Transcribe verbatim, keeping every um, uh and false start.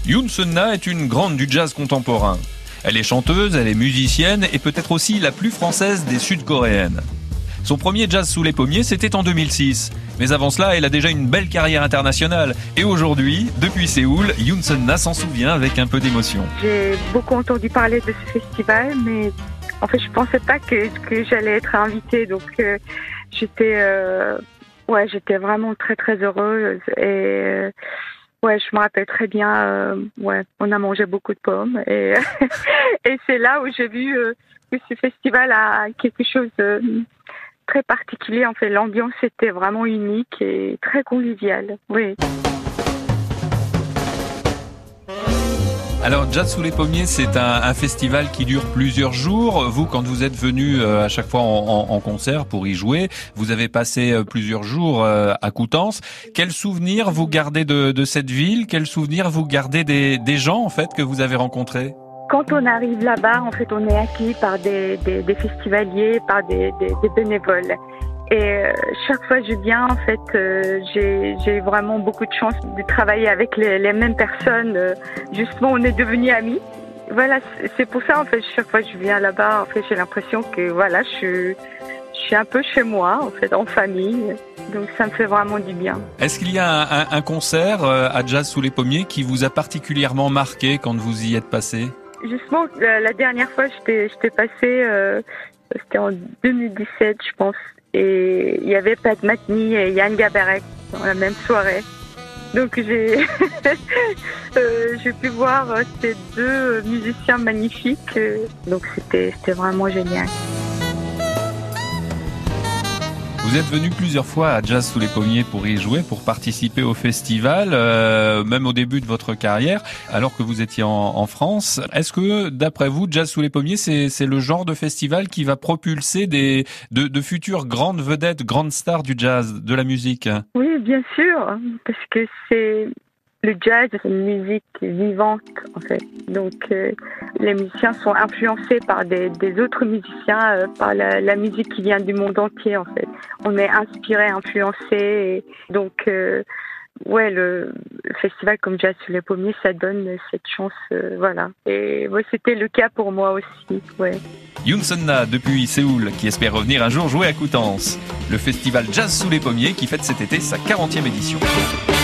Yoon Seung-na est une grande du jazz contemporain. Elle est chanteuse, elle est musicienne et peut-être aussi la plus française des Sud-Coréennes. Son premier jazz sous les pommiers, c'était en deux mille six. Mais avant cela, elle a déjà une belle carrière internationale. Et aujourd'hui, depuis Séoul, Yoon Seung-na s'en souvient avec un peu d'émotion. J'ai beaucoup entendu parler de ce festival, mais en fait, je pensais pas que, que j'allais être invitée. Donc, euh, j'étais, euh, ouais, j'étais vraiment très très heureuse. Et euh, ouais, je me rappelle très bien. Euh, ouais, on a mangé beaucoup de pommes. Et, et c'est là où j'ai vu euh, que ce festival a quelque chose de très particulier. En fait, l'ambiance était vraiment unique et très conviviale. Oui. Alors, Jazz sous les pommiers, c'est un, un festival qui dure plusieurs jours. Vous, quand vous êtes venu euh, à chaque fois en, en, en concert pour y jouer, vous avez passé euh, plusieurs jours euh, à Coutances. Quels souvenirs vous gardez de, de cette ville? Quels souvenirs vous gardez des, des gens, en fait, que vous avez rencontrés? Quand on arrive là-bas, en fait, on est accueilli par des, des, des festivaliers, par des, des, des bénévoles. Et euh, chaque fois que je viens, en fait, euh, j'ai, j'ai vraiment beaucoup de chance de travailler avec les, les mêmes personnes. Euh, justement, on est devenus amis. Voilà, c'est pour ça, en fait, chaque fois que je viens là-bas, en fait, j'ai l'impression que, voilà, je suis, je suis un peu chez moi, en fait, en famille. Donc, ça me fait vraiment du bien. Est-ce qu'il y a un, un, un concert à Jazz sous les pommiers qui vous a particulièrement marqué quand vous y êtes passé? Justement, la, la dernière fois, j'étais, j'étais passée, euh, c'était en deux mille dix-sept, je pense. Et il y avait Pat Metheny et Yann Garbarek dans la même soirée. Donc j'ai euh, j'ai pu voir ces deux musiciens magnifiques. Donc c'était c'était vraiment génial. Vous êtes venu plusieurs fois à Jazz sous les pommiers pour y jouer, pour participer au festival, euh, même au début de votre carrière, alors que vous étiez en, en France. Est-ce que, d'après vous, Jazz sous les pommiers, c'est, c'est le genre de festival qui va propulser des, de, de futures grandes vedettes, grandes stars du jazz, de la musique? Oui, bien sûr, parce que c'est... Le jazz, c'est une musique vivante, en fait. Donc, euh, les musiciens sont influencés par des, des autres musiciens, euh, par la, la musique qui vient du monde entier, en fait. On est inspiré, influencé. Et donc, euh, ouais, le, le festival comme Jazz sous les pommiers, ça donne cette chance, euh, voilà. Et ouais, c'était le cas pour moi aussi, ouais. Yoon Seung-na, depuis Séoul, qui espère revenir un jour jouer à Coutances. Le festival Jazz sous les pommiers qui fête cet été sa quarantième édition.